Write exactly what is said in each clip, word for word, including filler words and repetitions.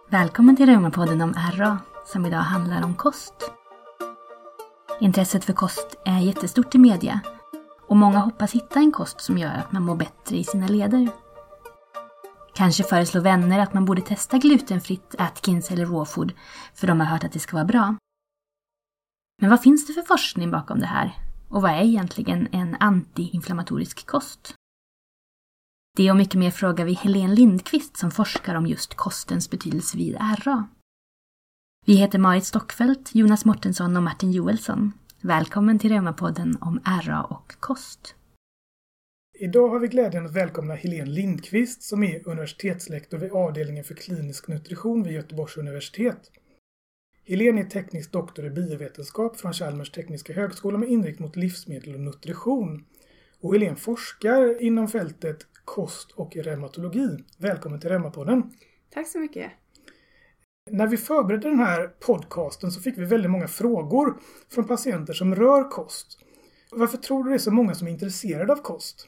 Välkommen till Reumapodden om R A, som idag handlar om kost. Intresset för kost är jättestort i media och många hoppas hitta en kost som gör att man mår bättre i sina leder. Kanske föreslår vänner att man borde testa glutenfritt Atkins eller raw food för de har hört att det ska vara bra. Men vad finns det för forskning bakom det här? Och vad är egentligen en antiinflammatorisk kost? Det och mycket mer frågar vi Helene Lindqvist som forskar om just kostens betydelse vid R A. Vi heter Marit Stockfeldt, Jonas Mortensson och Martin Joelsson. Välkommen till Reumapodden om R A och kost. Idag har vi glädjen att välkomna Helene Lindqvist som är universitetslektor vid avdelningen för klinisk nutrition vid Göteborgs universitet. Helene är teknisk doktor i biovetenskap från Chalmers tekniska högskola med inriktning mot livsmedel och nutrition. Och Helene forskar inom fältet kost och reumatologi. Välkommen till Reumapodden. Tack så mycket. När vi förberedde den här podcasten så fick vi väldigt många frågor från patienter som rör kost. Varför tror du det är så många som är intresserade av kost?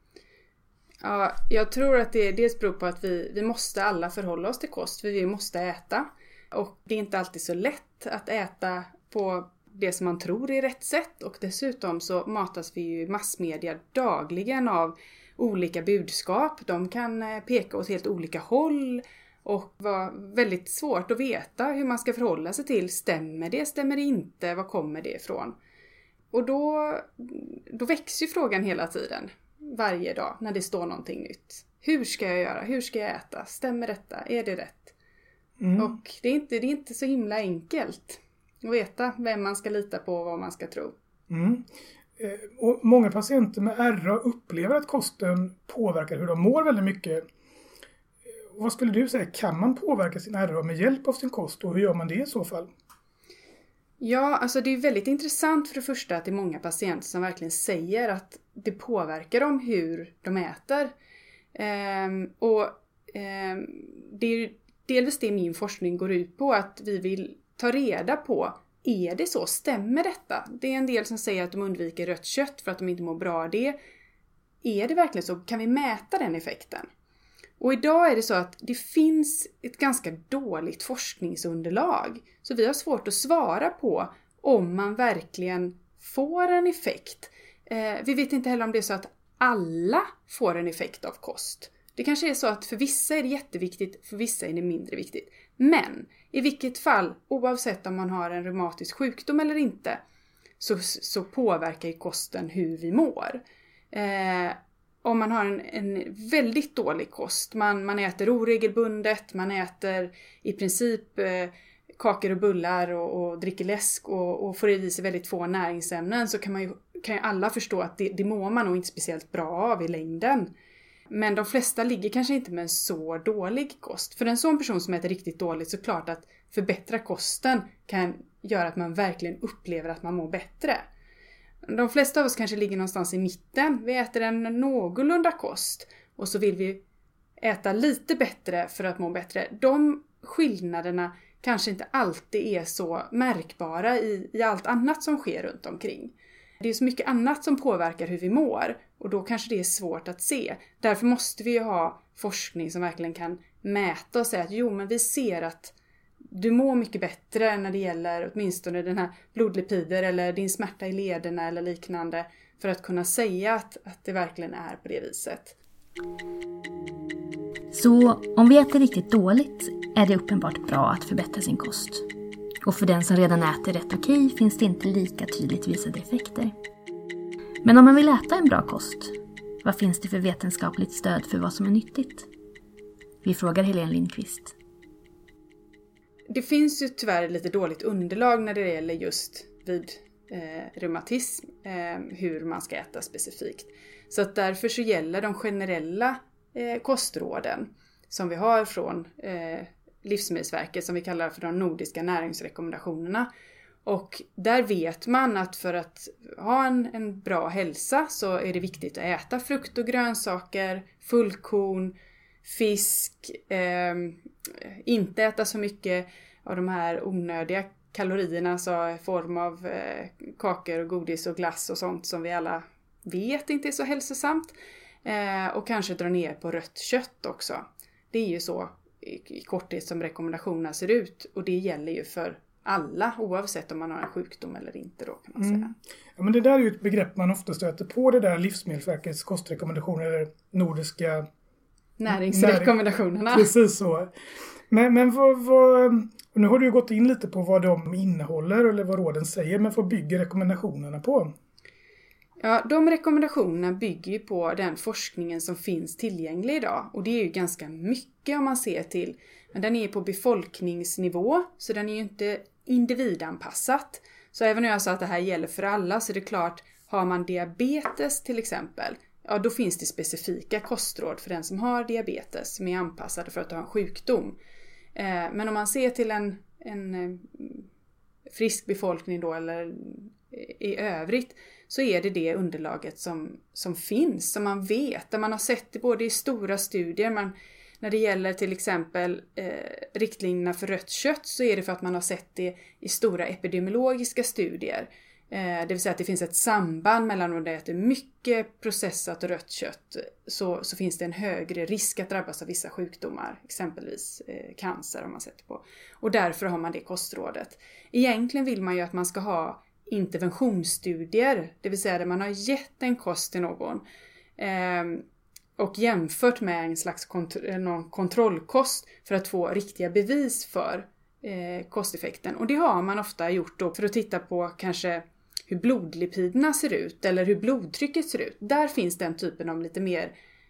Ja, jag tror att det dels beror på att vi, vi måste alla förhålla oss till kost, för vi måste äta. Och det är inte alltid så lätt att äta på det som man tror är rätt sätt. Och dessutom så matas vi ju i massmedia dagligen av olika budskap. De kan peka åt helt olika håll och vara väldigt svårt att veta hur man ska förhålla sig till. Stämmer det, stämmer det inte, var kommer det ifrån? Och då, då växer ju frågan hela tiden, varje dag när det står någonting nytt. Hur ska jag göra? Hur ska jag äta? Stämmer detta? Är det rätt? Mm. Och det är, inte, det är inte så himla enkelt att veta vem man ska lita på och vad man ska tro. Mm. Och många patienter med R A upplever att kosten påverkar hur de mår väldigt mycket. Vad skulle du säga? Kan man påverka sin R A med hjälp av sin kost och hur gör man det i så fall? Ja, alltså det är väldigt intressant för det första att det är många patienter som verkligen säger att det påverkar dem hur de äter. Ehm, och ehm, det är delvis det min forskning går ut på, att vi vill ta reda på, är det så? Stämmer detta? Det är en del som säger att de undviker rött kött för att de inte mår bra av det. Är det verkligen så? Kan vi mäta den effekten? Och idag är det så att det finns ett ganska dåligt forskningsunderlag. Så vi har svårt att svara på om man verkligen får en effekt. Eh, vi vet inte heller om det är så att alla får en effekt av kost. Det kanske är så att för vissa är det jätteviktigt, för vissa är det mindre viktigt. Men i vilket fall, oavsett om man har en reumatisk sjukdom eller inte, så, så påverkar ju kosten hur vi mår. Eh, om man har en, en väldigt dålig kost, man, man äter oregelbundet, man äter i princip eh, kakor och bullar och, och dricker läsk och, och får i sig väldigt få näringsämnen, så kan, man ju, kan ju alla förstå att det, det mår man nog inte speciellt bra av i längden. Men de flesta ligger kanske inte med en så dålig kost. För en sån person som äter riktigt dåligt, så klart att förbättra kosten kan göra att man verkligen upplever att man mår bättre. De flesta av oss kanske ligger någonstans i mitten. Vi äter en någorlunda kost och så vill vi äta lite bättre för att må bättre. De skillnaderna kanske inte alltid är så märkbara i, i allt annat som sker runt omkring. Det är så mycket annat som påverkar hur vi mår, och då kanske det är svårt att se. Därför måste vi ju ha forskning som verkligen kan mäta och säga att jo, men vi ser att du mår mycket bättre när det gäller åtminstone den här blodlipider eller din smärta i lederna eller liknande, för att kunna säga att, att det verkligen är på det viset. Så om vi äter riktigt dåligt är det uppenbart bra att förbättra sin kost. Och för den som redan äter rätt okej finns det inte lika tydligt visade effekter. Men om man vill äta en bra kost, vad finns det för vetenskapligt stöd för vad som är nyttigt? Vi frågar Helene Lindqvist. Det finns ju tyvärr lite dåligt underlag när det gäller just vid eh, reumatism, eh, hur man ska äta specifikt. Så att därför så gäller de generella eh, kostråden som vi har från eh, Livsmedelsverket, som vi kallar för de nordiska näringsrekommendationerna. Och där vet man att för att ha en, en bra hälsa så är det viktigt att äta frukt och grönsaker, fullkorn, fisk, eh, inte äta så mycket av de här onödiga kalorierna, så i form av eh, kakor och godis och glass och sånt som vi alla vet inte är så hälsosamt. Eh, och kanske dra ner på rött kött också. Det är ju så i korthet som rekommendationerna ser ut. Och det gäller ju för alla, oavsett om man har en sjukdom eller inte då, kan man säga. Mm. Ja, men det där är ju ett begrepp man ofta stöter på, det där Livsmedelsverkets kostrekommendationer eller nordiska näringsrekommendationerna. Näring. Precis så. Men, men vad, vad, nu har du ju gått in lite på vad de innehåller eller vad råden säger, men vad bygger rekommendationerna på? Ja, de rekommendationerna bygger ju på den forskningen som finns tillgänglig idag. Och det är ju ganska mycket om man ser till. Men den är på befolkningsnivå, så den är ju inte individanpassat. Så även om jag sa att det här gäller för alla, så är det klart, har man diabetes till exempel, ja då finns det specifika kostråd för den som har diabetes som är anpassade för att ha en sjukdom. Eh, men om man ser till en, en frisk befolkning då, eller i övrigt, så är det det underlaget som, som finns, som man vet, där man har sett det både i stora studier, man, när det gäller till exempel eh, riktlinjerna för rött kött, så är det för att man har sett det i stora epidemiologiska studier. Eh, det vill säga att det finns ett samband mellan om det äter mycket processat och rött kött, så, så finns det en högre risk att drabbas av vissa sjukdomar, exempelvis eh, cancer om man sätter på. Och därför har man det kostrådet. Egentligen vill man ju att man ska ha interventionsstudier, det vill säga där man har gett en kost till någon eh, och jämfört med en slags kont- någon kontrollkost för att få riktiga bevis för eh, kosteffekten. Och det har man ofta gjort då för att titta på kanske hur blodlipiderna ser ut eller hur blodtrycket ser ut. Där finns den typen av lite mer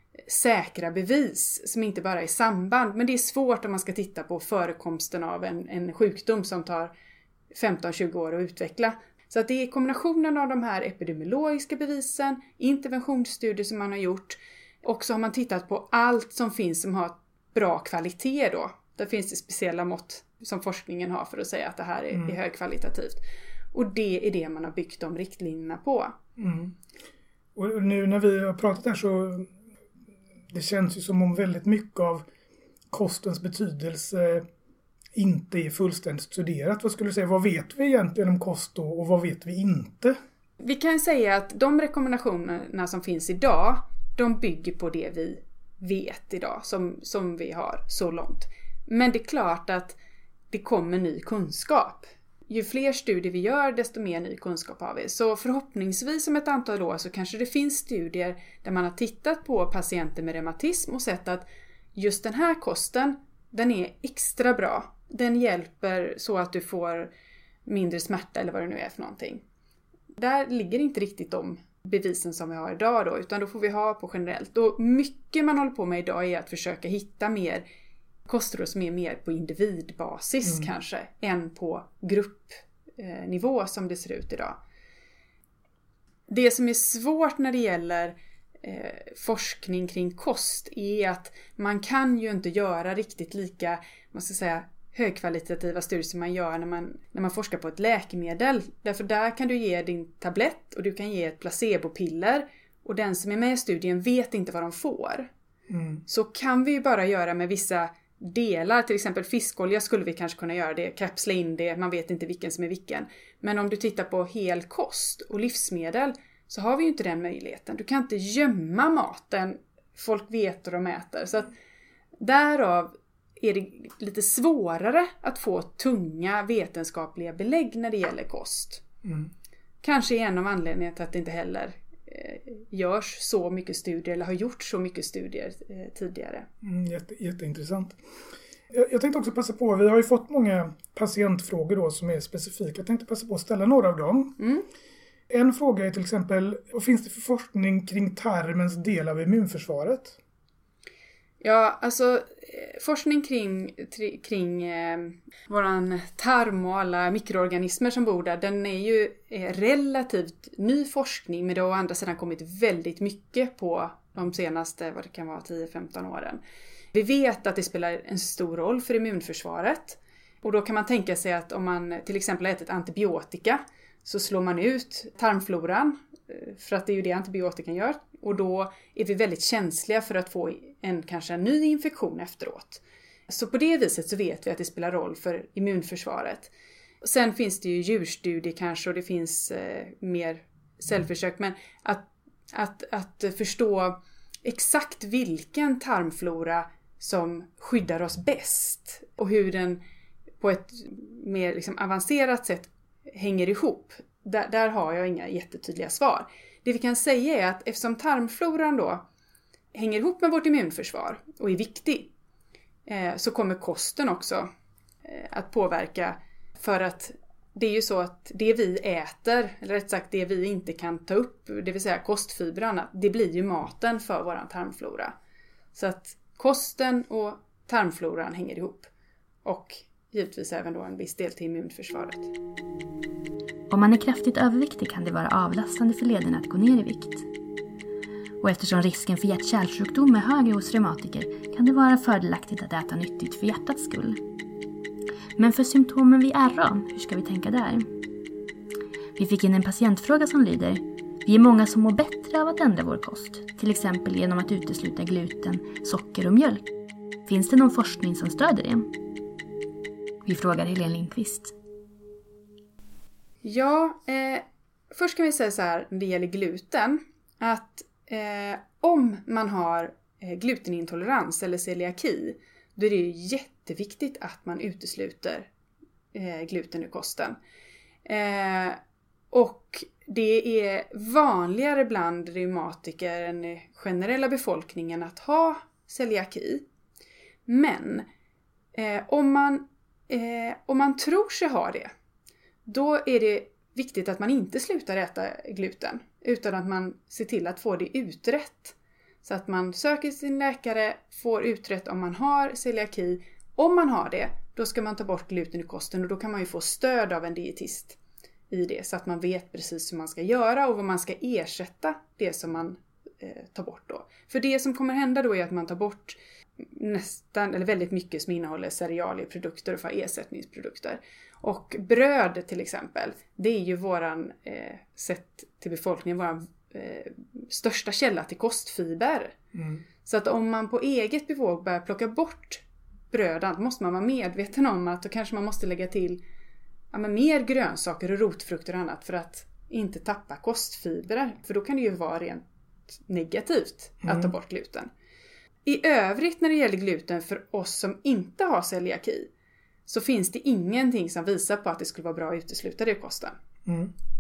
säkra bevis som inte bara är samband, men det är svårt om man ska titta på förekomsten av en, en sjukdom som tar femton till tjugo år att utveckla. Så att det är kombinationen av de här epidemiologiska bevisen, interventionsstudier som man har gjort, och så har man tittat på allt som finns som har bra kvalitet då. Där finns det speciella mått som forskningen har för att säga att det här är, mm. är högkvalitativt. Och det är det man har byggt de riktlinjerna på. Mm. Och nu när vi har pratat här så det känns ju som om väldigt mycket av kostens betydelse inte är fullständigt studerat. Vad skulle du säga, vad vet vi egentligen om kost då, och vad vet vi inte? Vi kan säga att de rekommendationerna som finns idag, de bygger på det vi vet idag, som, som vi har så långt. Men det är klart att det kommer ny kunskap. Ju fler studier vi gör, desto mer ny kunskap har vi. Så förhoppningsvis om ett antal år så kanske det finns studier där man har tittat på patienter med reumatism och sett att just den här kosten, den är extra bra. Den hjälper så att du får mindre smärta eller vad det nu är för någonting. Där ligger inte riktigt de bevisen som vi har idag då, utan då får vi ha på generellt. Och mycket man håller på med idag är att försöka hitta mer kostråd som är mer på individbasis mm. kanske, än på gruppnivå som det ser ut idag. Det som är svårt när det gäller eh, forskning kring kost är att man kan ju inte göra riktigt lika, man ska säga, högkvalitativa studier som man gör när man, när man forskar på ett läkemedel. Därför där kan du ge din tablett och du kan ge ett placebopiller, och den som är med i studien vet inte vad de får. Mm. Så kan vi ju bara göra med vissa delar, till exempel fiskolja skulle vi kanske kunna göra det, kapsla in det, man vet inte vilken som är vilken. Men om du tittar på hel kost och livsmedel så har vi ju inte den möjligheten. Du kan inte gömma maten, folk vet vad de äter. Så att därav är det lite svårare att få tunga vetenskapliga belägg när det gäller kost. Mm. Kanske är en av anledningarna till att det inte heller eh, görs så mycket studier eller har gjort så mycket studier eh, tidigare. Mm, jätte, jätteintressant. Jag, jag tänkte också passa på, vi har ju fått många patientfrågor då som är specifika. Jag tänkte passa på att ställa några av dem. Mm. En fråga är till exempel, vad finns det för forskning kring tarmens del av immunförsvaret? Ja, alltså forskning kring, kring eh, våran tarm och alla mikroorganismer som bor där, den är ju är relativt ny forskning, men det har å andra sidan kommit väldigt mycket på de senaste, vad det kan vara, tio till femton åren. Vi vet att det spelar en stor roll för immunförsvaret, och då kan man tänka sig att om man till exempel har ätit antibiotika så slår man ut tarmfloran, för att det är ju det antibiotikan gör. Och då är vi väldigt känsliga för att få en kanske en ny infektion efteråt. Så på det viset så vet vi att det spelar roll för immunförsvaret. Sen finns det ju djurstudier kanske, och det finns eh, mer cellförsök. Men att, att, att förstå exakt vilken tarmflora som skyddar oss bäst och hur den på ett mer liksom avancerat sätt hänger ihop. Där, där har jag inga jättetydliga svar. Det vi kan säga är att eftersom tarmfloran då hänger ihop med vårt immunförsvar och är viktig, eh, så kommer kosten också eh, att påverka, för att det är ju så att det vi äter, eller rätt sagt det vi inte kan ta upp, det vill säga kostfibrerna, det blir ju maten för våran tarmflora. Så att kosten och tarmfloran hänger ihop. Och givetvis även då en viss del till immunförsvaret. Om man är kraftigt överviktig kan det vara avlastande för lederna att gå ner i vikt. Och eftersom risken för hjärt-kärlsjukdom är högre hos reumatiker kan det vara fördelaktigt att äta nyttigt för hjärtats skull. Men för symptomen vid R A, hur ska vi tänka där? Vi fick in en patientfråga som lyder: vi är många som mår bättre av att ändra vår kost, till exempel genom att utesluta gluten, socker och mjölk. Finns det någon forskning som stöder det? Vi frågar Helene Lindqvist. Ja, eh, först kan vi säga så här när det gäller gluten, att eh, om man har eh, glutenintolerans eller celiaki, då är det ju jätteviktigt att man utesluter eh, gluten ur kosten. Eh, och det är vanligare bland reumatiker än i generella befolkningen att ha celiaki. Men eh, om, man, eh, om man tror sig ha det, då är det viktigt att man inte slutar äta gluten, utan att man ser till att få det utrett. Så att man söker sin läkare, får utrett om man har celiaki. Om man har det, då ska man ta bort gluten i kosten, och då kan man ju få stöd av en dietist i det. Så att man vet precis hur man ska göra och vad man ska ersätta det som man eh, tar bort då. För det som kommer hända då är att man tar bort nästan, eller väldigt mycket som innehåller cerealieprodukter och för ersättningsprodukter. Och bröd till exempel, det är ju våran, eh, sett till befolkningen, våran eh, största källa till kostfiber. Mm. Så att om man på eget bevåg börjar plocka bort bröden, måste man vara medveten om att då kanske man måste lägga till ja, men mer grönsaker och rotfrukter och annat för att inte tappa kostfibrer. För då kan det ju vara rent negativt mm. att ta bort gluten. I övrigt när det gäller gluten för oss som inte har celiaki, så finns det ingenting som visar på att det skulle vara bra att utesluta det i kosten. Mm.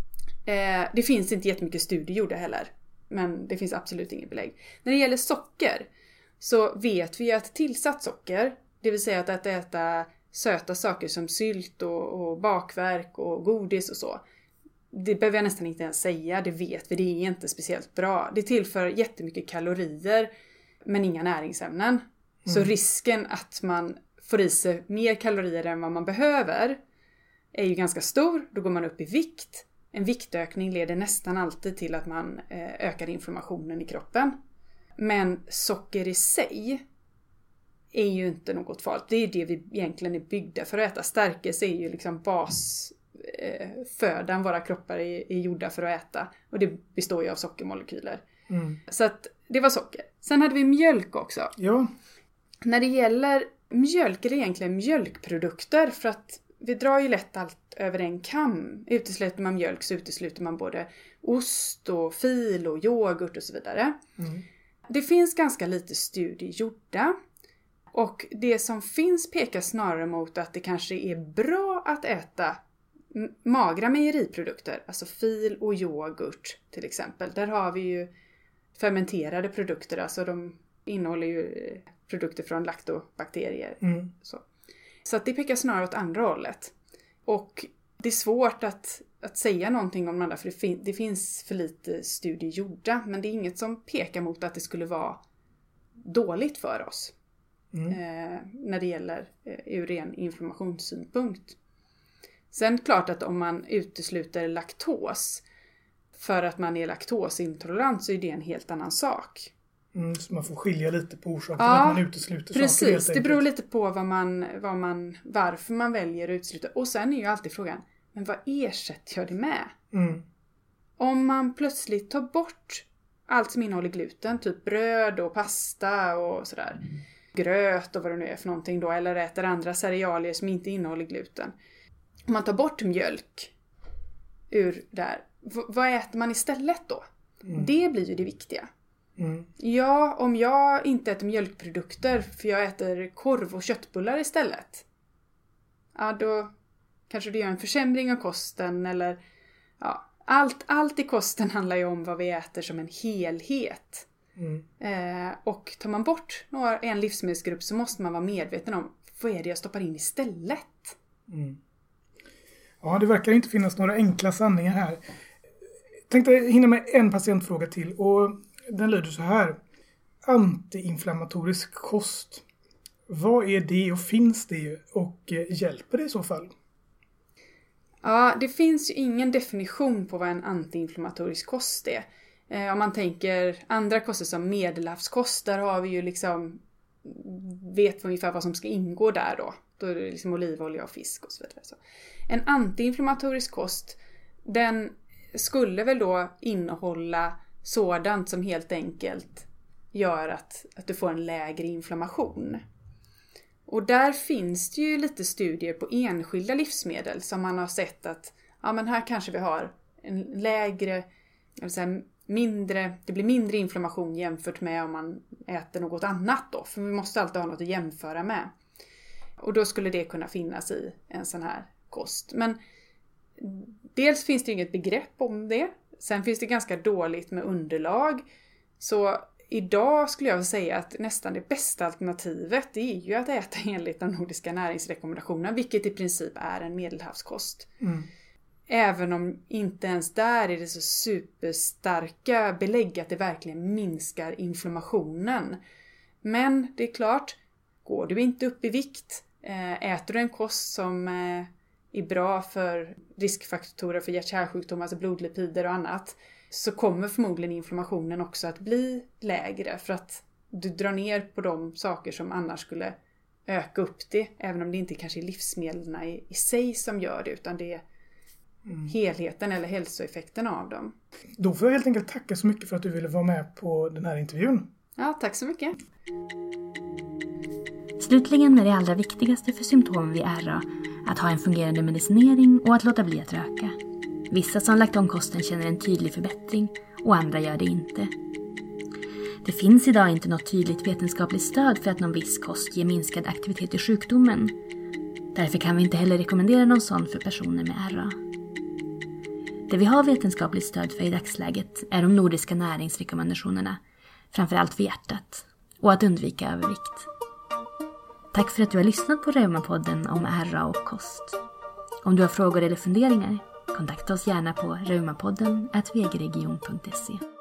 Eh, det finns inte jättemycket studier gjorda heller. Men det finns absolut ingen belägg. När det gäller socker så vet vi att tillsatt socker, det vill säga att äta söta saker som sylt och, och bakverk och godis och så. Det behöver jag nästan inte ens säga, det vet vi, det är inte speciellt bra. Det tillför jättemycket kalorier men inga näringsämnen. Mm. Så risken att man får i sig mer kalorier än vad man behöver är ju ganska stor. Då går man upp i vikt. En viktökning leder nästan alltid till att man ökar inflammationen i kroppen. Men socker i sig är ju inte något farligt. Det är det vi egentligen är byggda för att äta. Stärkelse är ju liksom basfödan våra kroppar är, är gjorda för att äta. Och det består ju av sockermolekyler. Mm. Så att det var socker. Sen hade vi mjölk också. Ja. När det gäller mjölk är det egentligen mjölkprodukter, för att vi drar ju lätt allt över en kam. Utesluter man mjölk så utesluter man både ost och fil och yoghurt och så vidare. Mm. Det finns ganska lite studier gjorda. Och det som finns pekar snarare mot att det kanske är bra att äta magra mejeriprodukter. Alltså fil och yoghurt till exempel. Där har vi ju fermenterade produkter. Alltså de innehåller ju produkter från laktobakterier. Mm. Så. Så att det pekar snarare åt andra hållet. Och det är svårt att, att säga någonting om andra, för det, fin- det finns för lite studier gjorda. Men det är inget som pekar mot att det skulle vara dåligt för oss. Mm. Eh, när det gäller eh, ur ren inflammationssynpunkt. Sen klart att om man utesluter laktos för att man är laktosintolerant, så är det en helt annan sak. Mm, så man får skilja lite på orsaken ja, att man utesluter precis, saker. Precis, det beror lite på vad man, vad man, varför man väljer att utesluta. Och sen är ju alltid frågan, men vad ersätter jag det med? Mm. Om man plötsligt tar bort allt som innehåller gluten, typ bröd och pasta och sådär. Mm. Gröt och vad det nu är för någonting då. Eller äter andra cerealier som inte innehåller gluten. Om man tar bort mjölk ur där, v- vad äter man istället då? Mm. Det blir ju det viktiga. Mm. Ja, om jag inte äter mjölkprodukter för jag äter korv och köttbullar istället. Ja, då kanske det gör en försämring av kosten eller ja, allt, allt i kosten handlar ju om vad vi äter som en helhet. Mm. Eh, och tar man bort några, en livsmedelsgrupp så måste man vara medveten om vad är det jag stoppar in istället. Mm. Ja, det verkar inte finnas några enkla sanningar här. Jag tänkte hinna med en patientfråga till och den lyder så här. Antiinflammatorisk kost. Vad är det och finns det och hjälper det i så fall? Ja, det finns ju ingen definition på vad en antiinflammatorisk kost är. Eh, om man tänker andra koster som medelhavskost, där har vi ju liksom vet ungefär vad som ska ingå där då. Då är det liksom olivolja och fisk och så vidare. Så. En antiinflammatorisk kost, den skulle väl då innehålla sådant som helt enkelt gör att, att du får en lägre inflammation. Och där finns det ju lite studier på enskilda livsmedel som man har sett att ja, men här kanske vi har en lägre, jag vill säga, mindre, det blir mindre inflammation jämfört med om man äter något annat då. För vi måste alltid ha något att jämföra med. Och då skulle det kunna finnas i en sån här kost. Men dels finns det inget begrepp om det. Sen finns det ganska dåligt med underlag. Så idag skulle jag säga att nästan det bästa alternativet det är ju att äta enligt de nordiska näringsrekommendationerna. Vilket i princip är en medelhavskost. Mm. Även om inte ens där är det så superstarka belägg att det verkligen minskar inflammationen. Men det är klart, går du inte upp i vikt, äter du en kost som är bra för riskfaktorer för hjärt-kärlsjukdomar, alltså blodlipider och annat, så kommer förmodligen inflammationen också att bli lägre för att du drar ner på de saker som annars skulle öka upp det, även om det inte kanske är livsmedlen i, i sig som gör det, utan det är mm. helheten eller hälsoeffekten av dem. Då får jag helt enkelt tacka så mycket för att du ville vara med på den här intervjun. Ja, tack så mycket. Slutligen är det allra viktigaste för symptom vid R A att ha en fungerande medicinering och att låta bli att röka. Vissa som lagt om kosten känner en tydlig förbättring och andra gör det inte. Det finns idag inte något tydligt vetenskapligt stöd för att någon viss kost ger minskad aktivitet i sjukdomen. Därför kan vi inte heller rekommendera någon sån för personer med R A. Det vi har vetenskapligt stöd för i dagsläget är de nordiska näringsrekommendationerna, framförallt för hjärtat, och att undvika övervikt. Tack för att du har lyssnat på Reumapodden om R A och kost. Om du har frågor eller funderingar, kontakta oss gärna på reumapodden at vgregion punkt se.